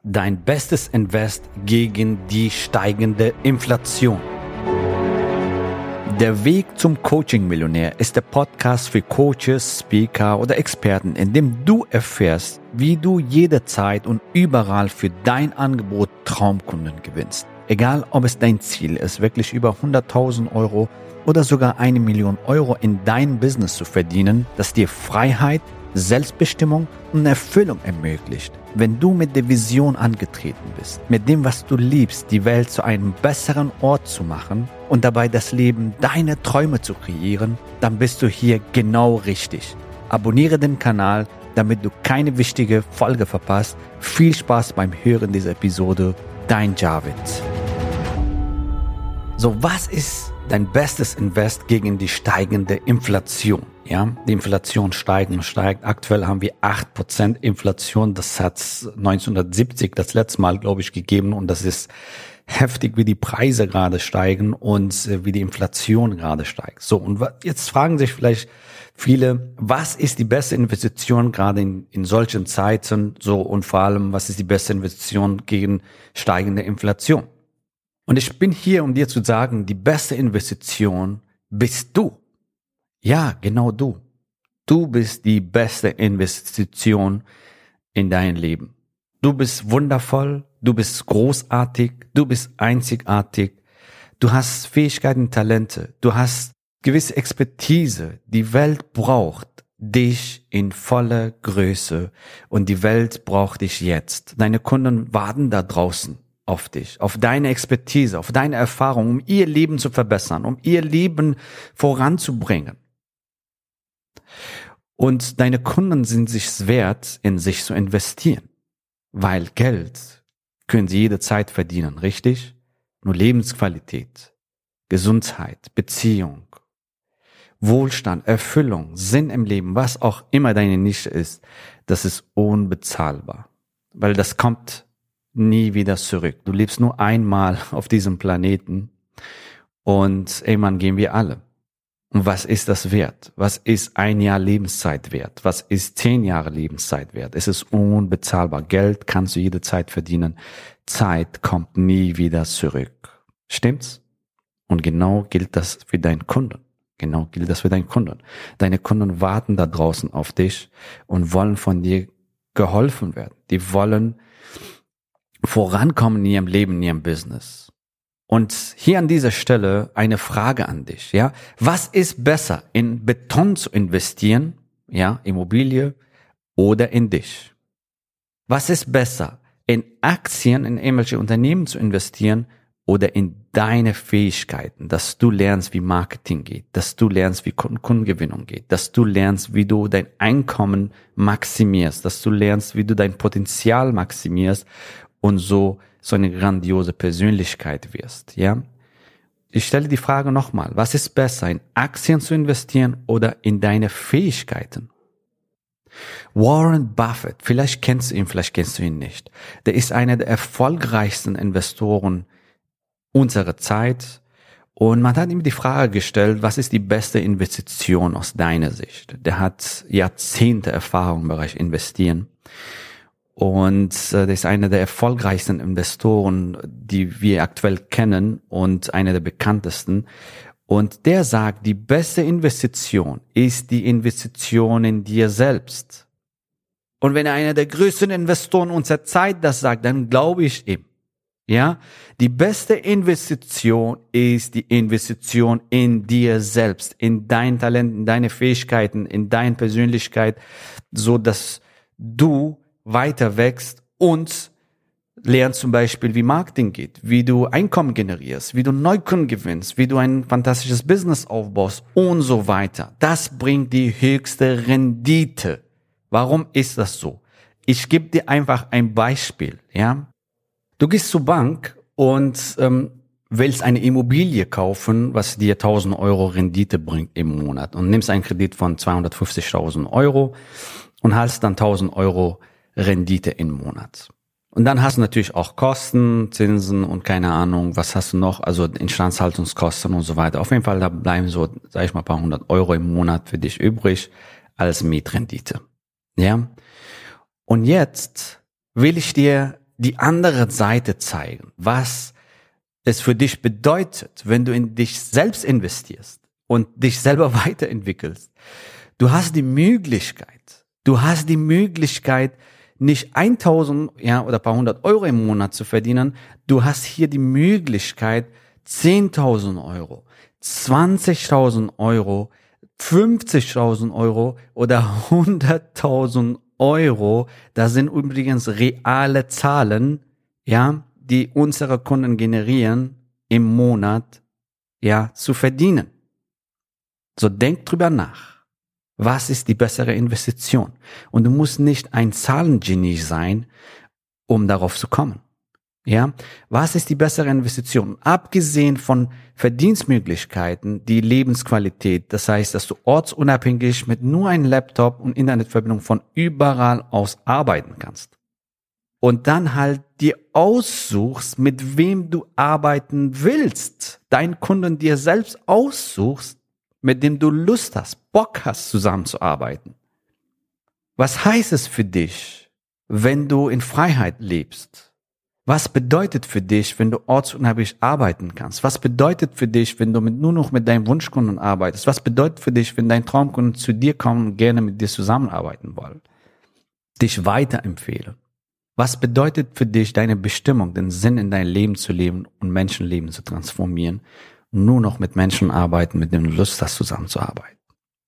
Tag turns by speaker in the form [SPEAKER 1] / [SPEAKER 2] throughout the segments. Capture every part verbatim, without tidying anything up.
[SPEAKER 1] Dein bestes Invest gegen die steigende Inflation. Der Weg zum Coaching-Millionär ist der Podcast für Coaches, Speaker oder Experten, in dem du erfährst, wie du jederzeit und überall für dein Angebot Traumkunden gewinnst. Egal, ob es dein Ziel ist, wirklich über hunderttausend Euro oder sogar eine Million Euro in dein Business zu verdienen, das dir Freiheit, Selbstbestimmung und Erfüllung ermöglicht. Wenn du mit der Vision angetreten bist, mit dem, was du liebst, die Welt zu einem besseren Ort zu machen und dabei das Leben deiner Träume zu kreieren, dann bist du hier genau richtig. Abonniere den Kanal, damit du keine wichtige Folge verpasst. Viel Spaß beim Hören dieser Episode. Dein Javid. So, was ist dein bestes Invest gegen die steigende Inflation? Ja, die Inflation steigt und steigt. Aktuell haben wir acht Prozent Inflation. Das hat neunzehnhundertsiebzig das letzte Mal, glaube ich, gegeben. Und das ist heftig, wie die Preise gerade steigen und wie die Inflation gerade steigt. So, und jetzt fragen sich vielleicht viele, was ist die beste Investition gerade in, in solchen Zeiten? So, und vor allem, was ist die beste Investition gegen steigende Inflation? Und ich bin hier, um dir zu sagen, die beste Investition bist du. Ja, genau du. Du bist die beste Investition in dein Leben. Du bist wundervoll, du bist großartig, du bist einzigartig. Du hast Fähigkeiten, Talente, du hast gewisse Expertise. Die Welt braucht dich in voller Größe und die Welt braucht dich jetzt. Deine Kunden warten da draußen auf dich, auf deine Expertise, auf deine Erfahrung, um ihr Leben zu verbessern, um ihr Leben voranzubringen. Und deine Kunden sind sich's wert, in sich zu investieren, weil Geld können sie jederzeit verdienen, richtig? Nur Lebensqualität, Gesundheit, Beziehung, Wohlstand, Erfüllung, Sinn im Leben, was auch immer deine Nische ist, das ist unbezahlbar, weil das kommt nie wieder zurück. Du lebst nur einmal auf diesem Planeten und irgendwann gehen wir alle. Und was ist das wert? Was ist ein Jahr Lebenszeit wert? Was ist zehn Jahre Lebenszeit wert? Es ist unbezahlbar. Geld kannst du jederzeit verdienen. Zeit kommt nie wieder zurück. Stimmt's? Und genau gilt das für deinen Kunden. Genau gilt das für deinen Kunden. Deine Kunden warten da draußen auf dich und wollen von dir geholfen werden. Die wollen vorankommen in ihrem Leben, in ihrem Business. Und hier an dieser Stelle eine Frage an dich, ja? Was ist besser, in Beton zu investieren, ja, Immobilie, oder in dich? Was ist besser, in Aktien, in irgendwelche Unternehmen zu investieren oder in deine Fähigkeiten, dass du lernst, wie Marketing geht, dass du lernst, wie Kundengewinnung geht, dass du lernst, wie du dein Einkommen maximierst, dass du lernst, wie du dein Potenzial maximierst und so so eine grandiose Persönlichkeit wirst, ja? Ich stelle die Frage nochmal, was ist besser, in Aktien zu investieren oder in deine Fähigkeiten? Warren Buffett, vielleicht kennst du ihn, vielleicht kennst du ihn nicht. Der ist einer der erfolgreichsten Investoren unserer Zeit und man hat ihm die Frage gestellt, was ist die beste Investition aus deiner Sicht? Der hat Jahrzehnte Erfahrung im Bereich Investieren. Und äh, das ist einer der erfolgreichsten Investoren, die wir aktuell kennen und einer der bekanntesten. Und der sagt, die beste Investition ist die Investition in dir selbst. Und wenn einer der größten Investoren unserer Zeit das sagt, dann glaube ich ihm. Ja, die beste Investition ist die Investition in dir selbst, in dein Talent, in deine Fähigkeiten, in deine Persönlichkeit, so dass du weiter wächst und lernst zum Beispiel, wie Marketing geht, wie du Einkommen generierst, wie du Neukunden gewinnst, wie du ein fantastisches Business aufbaust und so weiter. Das bringt die höchste Rendite. Warum ist das so? Ich gebe dir einfach ein Beispiel, ja. Du gehst zur Bank und ähm, willst eine Immobilie kaufen, was dir tausend Euro Rendite bringt im Monat und nimmst einen Kredit von zweihundertfünfzigtausend Euro und hast dann tausend Euro Rendite im Monat. Und dann hast du natürlich auch Kosten, Zinsen und keine Ahnung, was hast du noch, also Instandhaltungskosten und so weiter. Auf jeden Fall, da bleiben so, sag ich mal, ein paar hundert Euro im Monat für dich übrig als Mietrendite. Ja? Und jetzt will ich dir die andere Seite zeigen, was es für dich bedeutet, wenn du in dich selbst investierst und dich selber weiterentwickelst. Du hast die Möglichkeit, du hast die Möglichkeit, nicht tausend ja, oder ein paar hundert Euro im Monat zu verdienen. Du hast hier die Möglichkeit, zehntausend Euro, zwanzigtausend Euro, fünfzigtausend Euro oder hunderttausend Euro. Das sind übrigens reale Zahlen, ja, die unsere Kunden generieren im Monat, ja, zu verdienen. So denk drüber nach. Was ist die bessere Investition? Und du musst nicht ein Zahlengenie sein, um darauf zu kommen. Ja, was ist die bessere Investition? Abgesehen von Verdienstmöglichkeiten, die Lebensqualität, das heißt, dass du ortsunabhängig mit nur einem Laptop und Internetverbindung von überall aus arbeiten kannst. Und dann halt dir aussuchst, mit wem du arbeiten willst. Deinen Kunden dir selbst aussuchst, mit dem du Lust hast, Bock hast, zusammenzuarbeiten. Was heißt es für dich, wenn du in Freiheit lebst? Was bedeutet für dich, wenn du ortsunabhängig arbeiten kannst? Was bedeutet für dich, wenn du mit, nur noch mit deinen Wunschkunden arbeitest? Was bedeutet für dich, wenn dein Traumkunden zu dir kommen und gerne mit dir zusammenarbeiten wollen? Dich weiterempfehlen. Was bedeutet für dich deine Bestimmung, den Sinn in dein Leben zu leben und Menschenleben zu transformieren? Nur noch mit Menschen arbeiten, mit denen du Lust hast, zusammenzuarbeiten.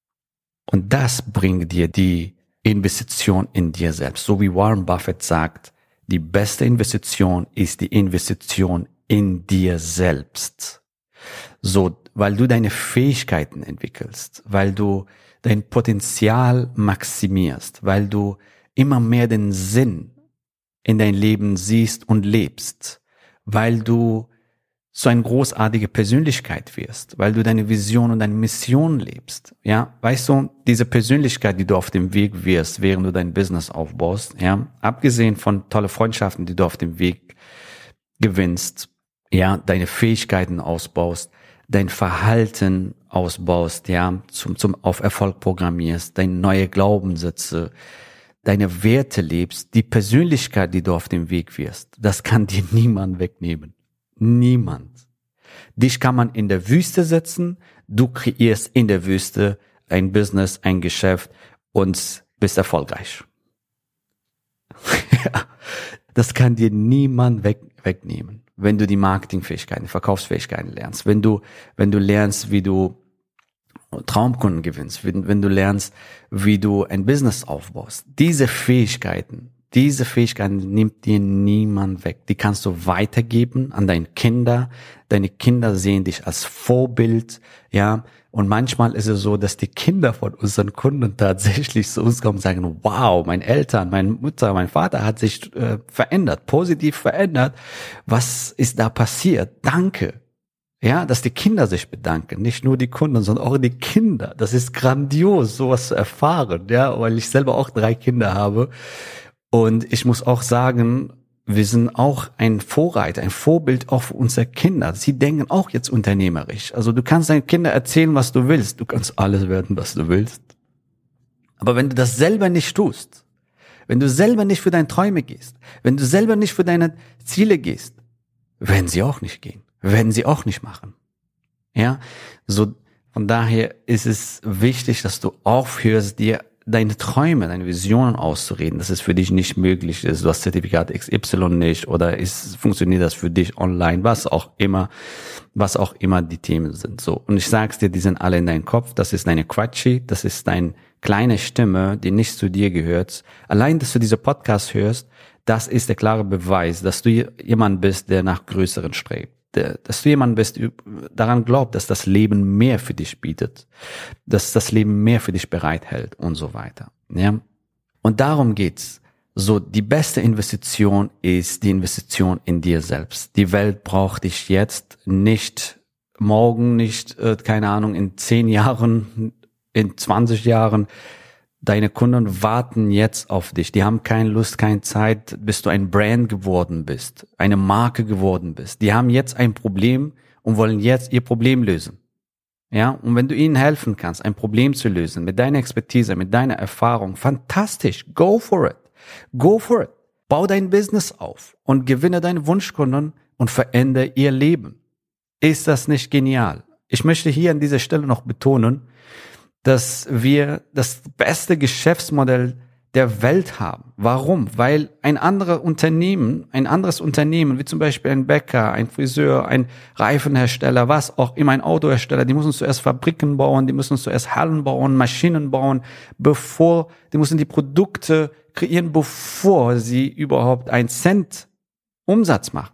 [SPEAKER 1] Und das bringt dir die Investition in dir selbst. So wie Warren Buffett sagt, die beste Investition ist die Investition in dir selbst. So, weil du deine Fähigkeiten entwickelst, weil du dein Potenzial maximierst, weil du immer mehr den Sinn in dein Leben siehst und lebst, weil du so eine großartige Persönlichkeit wirst, weil du deine Vision und deine Mission lebst. Ja, weißt du, diese Persönlichkeit, die du auf dem Weg wirst, während du dein Business aufbaust, ja, abgesehen von tolle Freundschaften, die du auf dem Weg gewinnst, ja, deine Fähigkeiten ausbaust, dein Verhalten ausbaust, ja, zum, zum, auf Erfolg programmierst, deine neue Glaubenssätze, deine Werte lebst, die Persönlichkeit, die du auf dem Weg wirst, das kann dir niemand wegnehmen. Niemand. Dich kann man in der Wüste setzen, du kreierst in der Wüste ein Business, ein Geschäft und bist erfolgreich. Das kann dir niemand weg, wegnehmen, wenn du die Marketingfähigkeiten, Verkaufsfähigkeiten lernst, wenn du, wenn du lernst, wie du Traumkunden gewinnst, wenn, wenn du lernst, wie du ein Business aufbaust. Diese Fähigkeiten, Diese Fähigkeiten nimmt dir niemand weg. Die kannst du weitergeben an deine Kinder. Deine Kinder sehen dich als Vorbild, ja. Und manchmal ist es so, dass die Kinder von unseren Kunden tatsächlich zu uns kommen und sagen, wow, meine Eltern, meine Mutter, mein Vater hat sich äh, verändert, positiv verändert. Was ist da passiert? Danke. Ja, dass die Kinder sich bedanken, nicht nur die Kunden, sondern auch die Kinder. Das ist grandios, sowas zu erfahren, ja, weil ich selber auch drei Kinder habe. Und ich muss auch sagen, wir sind auch ein Vorreiter, ein Vorbild auch für unsere Kinder. Sie denken auch jetzt unternehmerisch. Also du kannst deinen Kindern erzählen, was du willst. Du kannst alles werden, was du willst. Aber wenn du das selber nicht tust, wenn du selber nicht für deine Träume gehst, wenn du selber nicht für deine Ziele gehst, werden sie auch nicht gehen, werden sie auch nicht machen. Ja, so von daher ist es wichtig, dass du aufhörst, dir deine Träume, deine Visionen auszureden, dass es für dich nicht möglich ist, du hast Zertifikat X Y nicht oder ist, funktioniert das für dich online, was auch immer, was auch immer die Themen sind. So. Und ich sag's dir, die sind alle in deinem Kopf, das ist deine Quatschi, das ist deine kleine Stimme, die nicht zu dir gehört. Allein, dass du diese Podcast hörst, das ist der klare Beweis, dass du jemand bist, der nach Größeren strebt. Dass du jemand bist, daran glaubt, dass das Leben mehr für dich bietet, dass das Leben mehr für dich bereithält und so weiter. Ja? Und darum geht's. So, die beste Investition ist die Investition in dir selbst. Die Welt braucht dich jetzt, nicht morgen, nicht, äh, keine Ahnung, in zehn Jahren, in zwanzig Jahren. Deine Kunden warten jetzt auf dich. Die haben keine Lust, keine Zeit, bis du ein Brand geworden bist, eine Marke geworden bist. Die haben jetzt ein Problem und wollen jetzt ihr Problem lösen. Ja, und wenn du ihnen helfen kannst, ein Problem zu lösen, mit deiner Expertise, mit deiner Erfahrung, fantastisch. Go for it. Go for it. Bau dein Business auf und gewinne deine Wunschkunden und verändere ihr Leben. Ist das nicht genial? Ich möchte hier an dieser Stelle noch betonen, dass wir das beste Geschäftsmodell der Welt haben. Warum? Weil ein anderes Unternehmen, ein anderes Unternehmen, wie zum Beispiel ein Bäcker, ein Friseur, ein Reifenhersteller, was auch immer, ein Autohersteller, die müssen zuerst Fabriken bauen, die müssen zuerst Hallen bauen, Maschinen bauen, bevor, die müssen die Produkte kreieren, bevor sie überhaupt einen Cent Umsatz machen.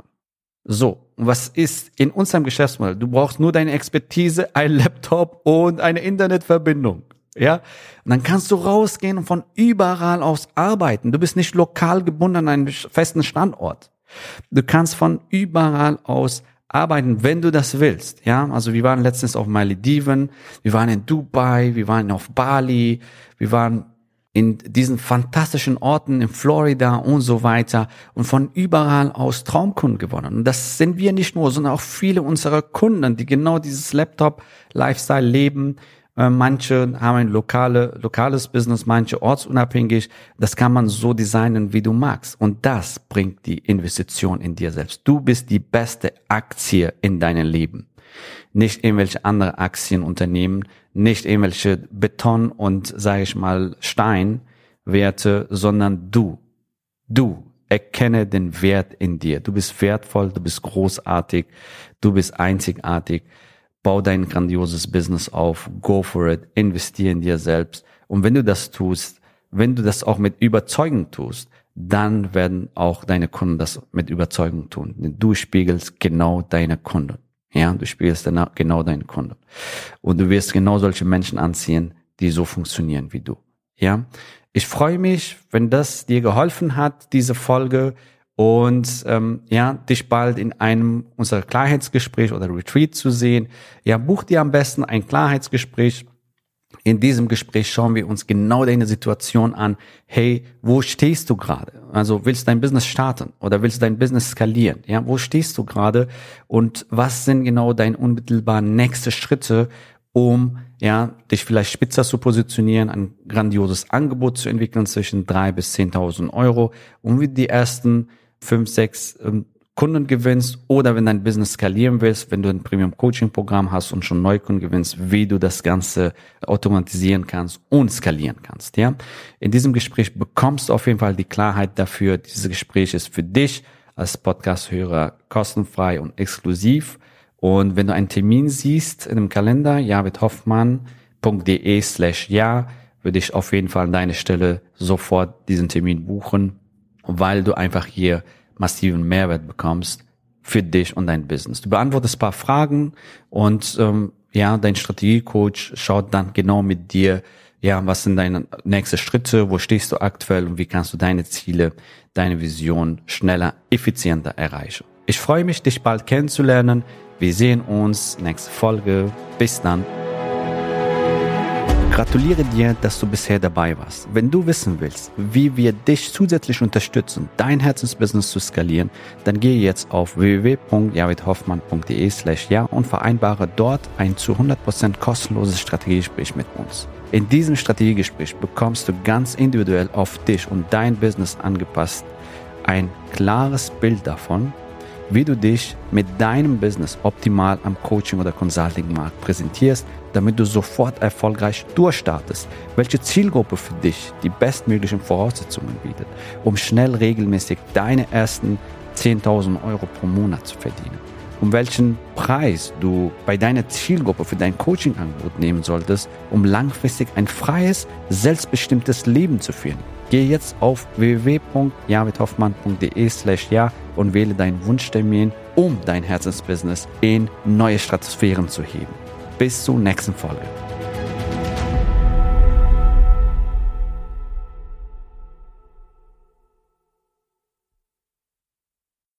[SPEAKER 1] So, was ist in unserem Geschäftsmodell? Du brauchst nur deine Expertise, ein Laptop und eine Internetverbindung. Ja, und dann kannst du rausgehen und von überall aus arbeiten. Du bist nicht lokal gebunden an einen festen Standort. Du kannst von überall aus arbeiten, wenn du das willst. Ja, also wir waren letztens auf Malediven, wir waren in Dubai, wir waren auf Bali, wir waren in diesen fantastischen Orten in Florida und so weiter und von überall aus Traumkunden gewonnen. Und das sind wir nicht nur, sondern auch viele unserer Kunden, die genau dieses Laptop-Lifestyle leben. Manche haben ein lokale, lokales Business, manche ortsunabhängig. Das kann man so designen, wie du magst. Und das bringt die Investition in dir selbst. Du bist die beste Aktie in deinem Leben. Nicht irgendwelche andere Aktienunternehmen, nicht irgendwelche Beton- und, sage ich mal, Steinwerte, sondern du. Du. Erkenne den Wert in dir. Du bist wertvoll, du bist großartig, du bist einzigartig. Bau dein grandioses Business auf, go for it, investiere in dir selbst. Und wenn du das tust, wenn du das auch mit Überzeugung tust, dann werden auch deine Kunden das mit Überzeugung tun. Denn du spiegelst genau deine Kunden. Ja, du spiegelst genau deine Kunden. Und du wirst genau solche Menschen anziehen, die so funktionieren wie du. Ja, ich freue mich, wenn das dir geholfen hat, diese Folge. Und ähm, ja, dich bald in einem unserer Klarheitsgespräch oder Retreat zu sehen. Ja, buch dir am besten ein Klarheitsgespräch. In diesem Gespräch schauen wir uns genau deine Situation an. Hey, wo stehst du gerade? Also willst du dein Business starten oder willst du dein Business skalieren? Ja, wo stehst du gerade? Und was sind genau deine unmittelbaren nächste Schritte, um ja dich vielleicht spitzer zu positionieren, ein grandioses Angebot zu entwickeln zwischen drei bis zehntausend Euro, um wie die ersten fünf, sechs ähm, Kunden gewinnst oder wenn dein Business skalieren willst, wenn du ein Premium-Coaching-Programm hast und schon Neukunden gewinnst, wie du das Ganze automatisieren kannst und skalieren kannst. Ja, in diesem Gespräch bekommst du auf jeden Fall die Klarheit dafür. Dieses Gespräch ist für dich als Podcast-Hörer kostenfrei und exklusiv. Und wenn du einen Termin siehst in dem Kalender, javidhoffmann.de slash ja, würde ich auf jeden Fall an deiner Stelle sofort diesen Termin buchen, weil du einfach hier massiven Mehrwert bekommst für dich und dein Business. Du beantwortest ein paar Fragen und ähm, ja, dein Strategiecoach schaut dann genau mit dir, ja, was sind deine nächsten Schritte, wo stehst du aktuell und wie kannst du deine Ziele, deine Vision schneller, effizienter erreichen. Ich freue mich, dich bald kennenzulernen. Wir sehen uns nächste Folge. Bis dann. Gratuliere dir, dass du bisher dabei warst. Wenn du wissen willst, wie wir dich zusätzlich unterstützen, dein Herzensbusiness zu skalieren, dann gehe jetzt auf w w w punkt javidhoffmann.de slash ja und vereinbare dort ein zu hundert Prozent kostenloses Strategiegespräch mit uns. In diesem Strategiegespräch bekommst du ganz individuell auf dich und dein Business angepasst ein klares Bild davon, wie du dich mit deinem Business optimal am Coaching- oder Consulting-Markt präsentierst, damit du sofort erfolgreich durchstartest, welche Zielgruppe für dich die bestmöglichen Voraussetzungen bietet, um schnell regelmäßig deine ersten zehntausend Euro pro Monat zu verdienen, um welchen Preis du bei deiner Zielgruppe für dein Coaching-Angebot nehmen solltest, um langfristig ein freies, selbstbestimmtes Leben zu führen. Geh jetzt auf w w w punkt javidhoffmann.de slash ja und wähle deinen Wunschtermin, um dein Herzensbusiness in neue Stratosphären zu heben. Bis zur nächsten Folge.